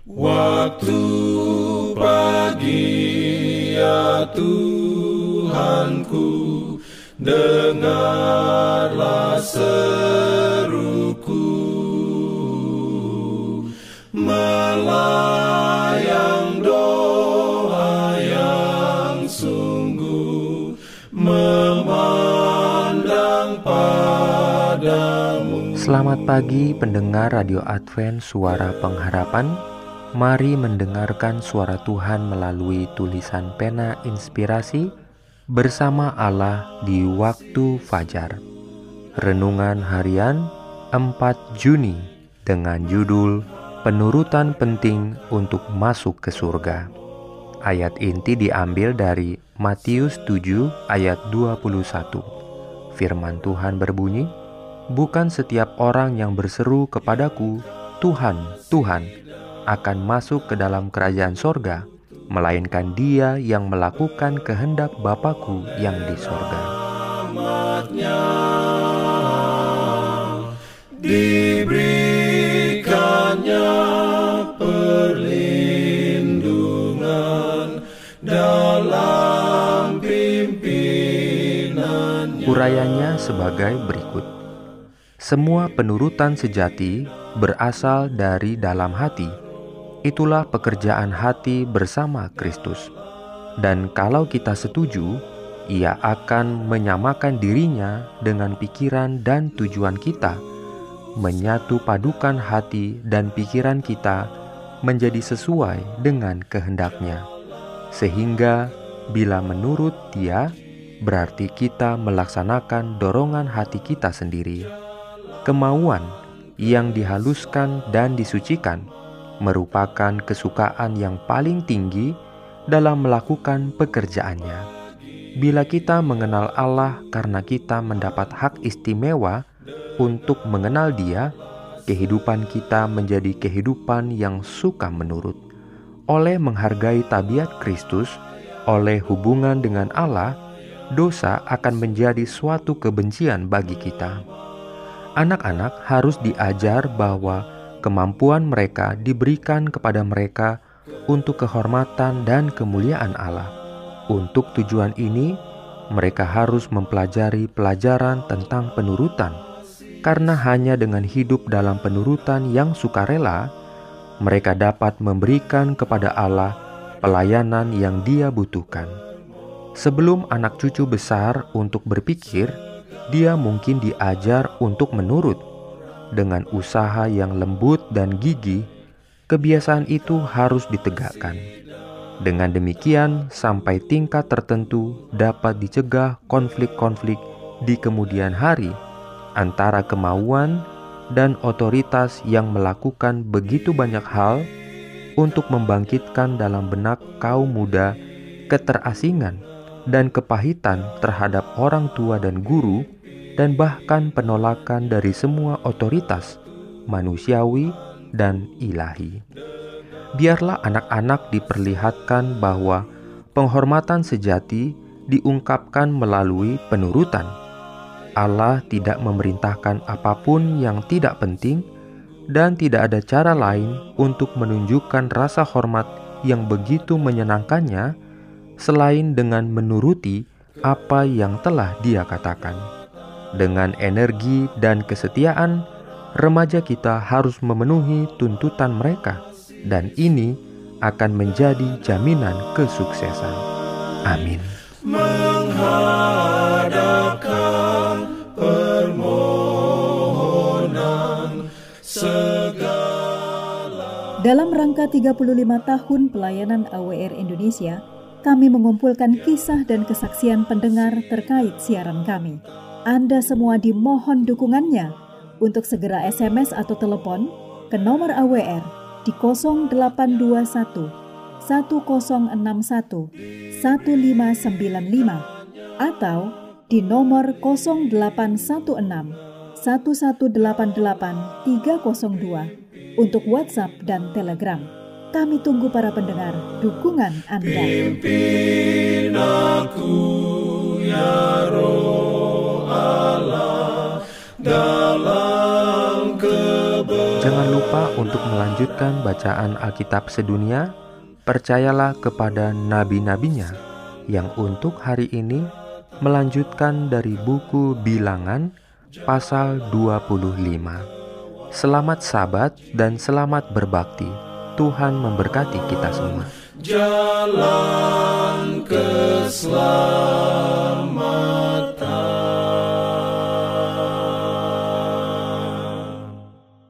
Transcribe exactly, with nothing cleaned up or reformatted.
Waktu pagi ya Tuhanku, dengarlah seruku, melayang doa yang sungguh, memandang padamu. Selamat pagi pendengar Radio Advent Suara Pengharapan. Mari mendengarkan suara Tuhan melalui tulisan pena inspirasi bersama Allah di waktu fajar. Renungan harian empat Juni dengan judul Penurutan Penting untuk Masuk ke Surga. Ayat inti diambil dari Matius tujuh ayat dua puluh satu. Firman Tuhan berbunyi, "Bukan setiap orang yang berseru kepadaku, Tuhan, Tuhan, akan masuk ke dalam kerajaan sorga, melainkan dia yang melakukan kehendak Bapa-Ku yang di sorga." Diberikannya perlindungan dalam pimpinannya. Urayanya sebagai berikut. Semua penurutan sejati berasal dari dalam hati. Itulah pekerjaan hati bersama Kristus. Dan kalau kita setuju, Ia akan menyamakan dirinya dengan pikiran dan tujuan kita, menyatu padukan hati dan pikiran kita menjadi sesuai dengan kehendak-Nya. Sehingga bila menurut Dia, berarti kita melaksanakan dorongan hati kita sendiri. Kemauan yang dihaluskan dan disucikan merupakan kesukaan yang paling tinggi dalam melakukan pekerjaannya. Bila kita mengenal Allah karena kita mendapat hak istimewa untuk mengenal Dia, kehidupan kita menjadi kehidupan yang suka menurut. Oleh menghargai tabiat Kristus, oleh hubungan dengan Allah, dosa akan menjadi suatu kebencian bagi kita. Anak-anak harus diajar bahwa kemampuan mereka diberikan kepada mereka untuk kehormatan dan kemuliaan Allah. Untuk tujuan ini, mereka harus mempelajari pelajaran tentang penurutan, karena hanya dengan hidup dalam penurutan yang sukarela, mereka dapat memberikan kepada Allah pelayanan yang Dia butuhkan. Sebelum anak cucu besar untuk berpikir, dia mungkin diajar untuk menurut. Dengan usaha yang lembut dan gigih, kebiasaan itu harus ditegakkan. Dengan demikian, sampai tingkat tertentu dapat dicegah konflik-konflik di kemudian hari antara kemauan dan otoritas yang melakukan begitu banyak hal untuk membangkitkan dalam benak kaum muda keterasingan dan kepahitan terhadap orang tua dan guru, dan bahkan penolakan dari semua otoritas manusiawi dan ilahi. Biarlah anak-anak diperlihatkan bahwa penghormatan sejati diungkapkan melalui penurutan. Allah tidak memerintahkan apapun yang tidak penting, dan tidak ada cara lain untuk menunjukkan rasa hormat yang begitu menyenangkannya selain dengan menuruti apa yang telah Dia katakan. Dengan energi dan kesetiaan, remaja kita harus memenuhi tuntutan mereka, dan ini akan menjadi jaminan kesuksesan. Amin. Menghadapkan permohonan segala. Dalam rangka tiga puluh lima tahun pelayanan A W R Indonesia, kami mengumpulkan kisah dan kesaksian pendengar terkait siaran kami. Anda semua dimohon dukungannya untuk segera S M S atau telepon ke nomor A W R di nol delapan dua satu, satu nol enam satu, satu lima sembilan lima atau di nomor nol delapan satu enam, satu satu delapan delapan, tiga nol dua untuk WhatsApp dan Telegram. Kami tunggu para pendengar dukungan Anda. Pimpin aku ya Roh Allah dalam kebenaran. Jangan lupa untuk melanjutkan bacaan Alkitab sedunia. Percayalah kepada nabi-nabinya yang untuk hari ini melanjutkan dari buku Bilangan pasal dua puluh lima. Selamat Sabat dan selamat berbakti. Tuhan memberkati kita semua. Jalan keselamatan.